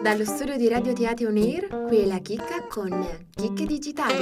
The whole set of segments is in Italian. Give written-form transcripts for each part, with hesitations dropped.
Dallo studio di Radio Teatro On Air, qui è la Chicca con Chicche Digitali.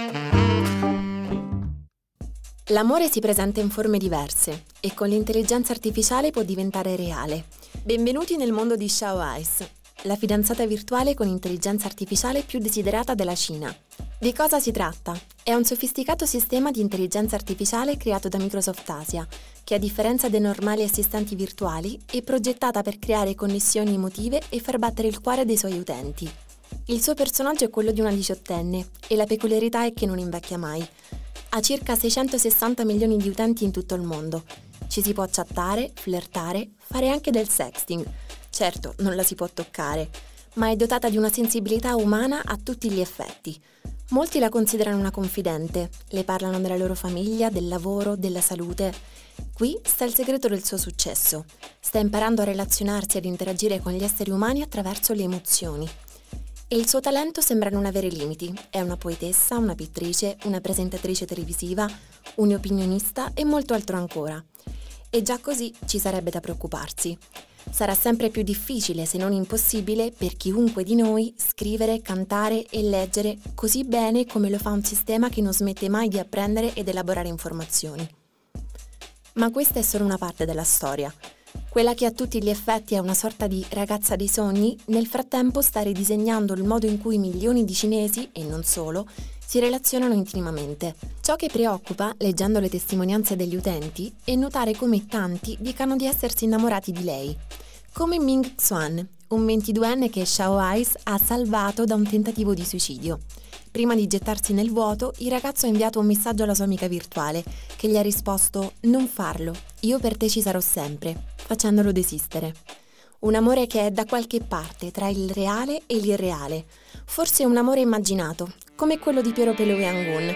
L'amore si presenta in forme diverse e con l'intelligenza artificiale può diventare reale. Benvenuti nel mondo di Xiao Eyes, la fidanzata virtuale con intelligenza artificiale più desiderata della Cina. Di cosa si tratta? È un sofisticato sistema di intelligenza artificiale creato da Microsoft Asia, che a differenza dei normali assistenti virtuali è progettata per creare connessioni emotive e far battere il cuore dei suoi utenti. Il suo personaggio è quello di una diciottenne e la peculiarità è che non invecchia mai. Ha circa 660 milioni di utenti in tutto il mondo. Ci si può chattare, flirtare, fare anche del sexting. Certo, non la si può toccare, ma è dotata di una sensibilità umana a tutti gli effetti. Molti la considerano una confidente, le parlano della loro famiglia, del lavoro, della salute. Qui sta il segreto del suo successo. Sta imparando a relazionarsi e ad interagire con gli esseri umani attraverso le emozioni. E il suo talento sembra non avere limiti. È una poetessa, una pittrice, una presentatrice televisiva, un'opinionista e molto altro ancora. E già così ci sarebbe da preoccuparsi. Sarà sempre più difficile, se non impossibile, per chiunque di noi scrivere, cantare e leggere così bene come lo fa un sistema che non smette mai di apprendere ed elaborare informazioni. Ma questa è solo una parte della storia. Quella che a tutti gli effetti è una sorta di ragazza dei sogni, nel frattempo sta ridisegnando il modo in cui milioni di cinesi, e non solo, si relazionano intimamente. Ciò che preoccupa, leggendo le testimonianze degli utenti, è notare come tanti dicano di essersi innamorati di lei. Come Ming Xuan, un 22enne che Xiao Eyes ha salvato da un tentativo di suicidio. Prima di gettarsi nel vuoto, il ragazzo ha inviato un messaggio alla sua amica virtuale, che gli ha risposto «Non farlo, io per te ci sarò sempre», facendolo desistere. Un amore che è da qualche parte tra il reale e l'irreale. Forse un amore immaginato, come quello di Piero Pelù e Angun.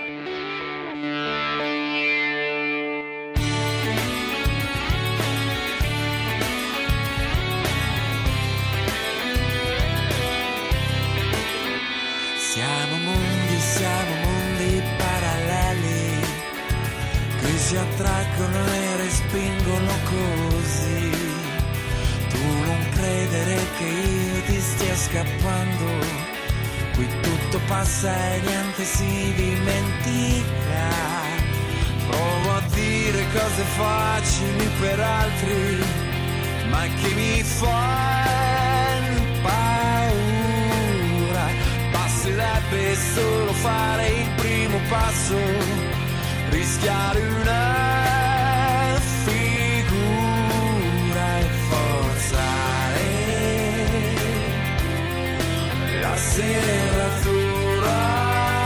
Siamo mondi paralleli che si attraggono e respingono così. Tu non credere che io ti stia scappando, qui tutto passa e niente si dimentica. Provo a dire cose facili per altri, ma che mi fanno paura. Basterebbe solo fare il primo passo, rischiare una figura e forzare la serratura.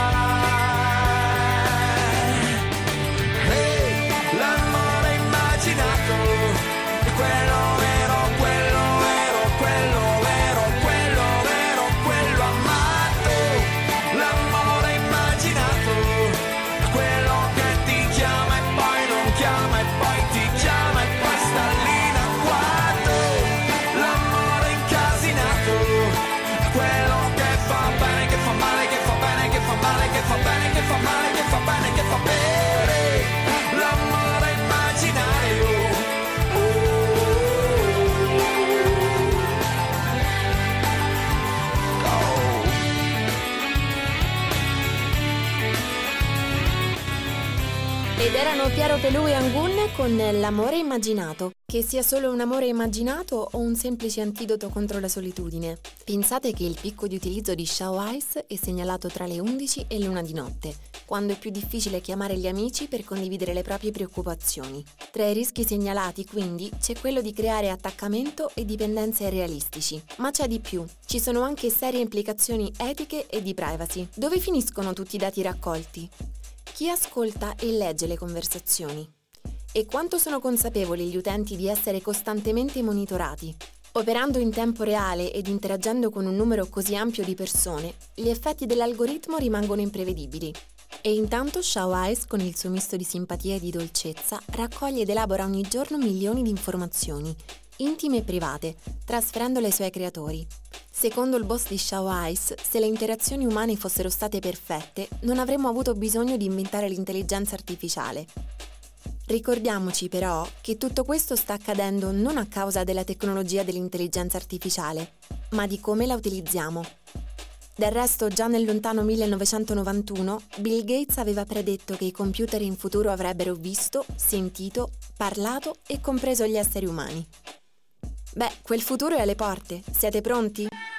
Hey, l'amore immaginato è quello vero, quello vero, quello vero, quello vero, quello amato. L'amore immaginato è quello che ti chiama e poi non chiama e poi ti chiama e poi sta lì in agguato. L'amore incasinato è quello che fa bene, che fa male, che fa bene, che fa male, che fa bene, che fa male, che fa bene, che fa bene. L'amore immaginario. Ed erano Piero Pelù e Angun con L'amore immaginato. Che sia solo un amore immaginato o un semplice antidoto contro la solitudine. Pensate che il picco di utilizzo di Xiao Eyes è segnalato tra le 11 e le 1 di notte, quando è più difficile chiamare gli amici per condividere le proprie preoccupazioni. Tra i rischi segnalati, quindi, c'è quello di creare attaccamento e dipendenze irrealistici. Ma c'è di più. Ci sono anche serie implicazioni etiche e di privacy. Dove finiscono tutti i dati raccolti? Chi ascolta e legge le conversazioni? E quanto sono consapevoli gli utenti di essere costantemente monitorati? Operando in tempo reale ed interagendo con un numero così ampio di persone, gli effetti dell'algoritmo rimangono imprevedibili. E intanto Xiao Eyes, con il suo misto di simpatia e di dolcezza, raccoglie ed elabora ogni giorno milioni di informazioni, intime e private, trasferendole ai suoi creatori. Secondo il boss di Xiao Eyes, se le interazioni umane fossero state perfette, non avremmo avuto bisogno di inventare l'intelligenza artificiale. Ricordiamoci però che tutto questo sta accadendo non a causa della tecnologia dell'intelligenza artificiale, ma di come la utilizziamo. Del resto, già nel lontano 1991, Bill Gates aveva predetto che i computer in futuro avrebbero visto, sentito, parlato e compreso gli esseri umani. Beh, quel futuro è alle porte. Siete pronti?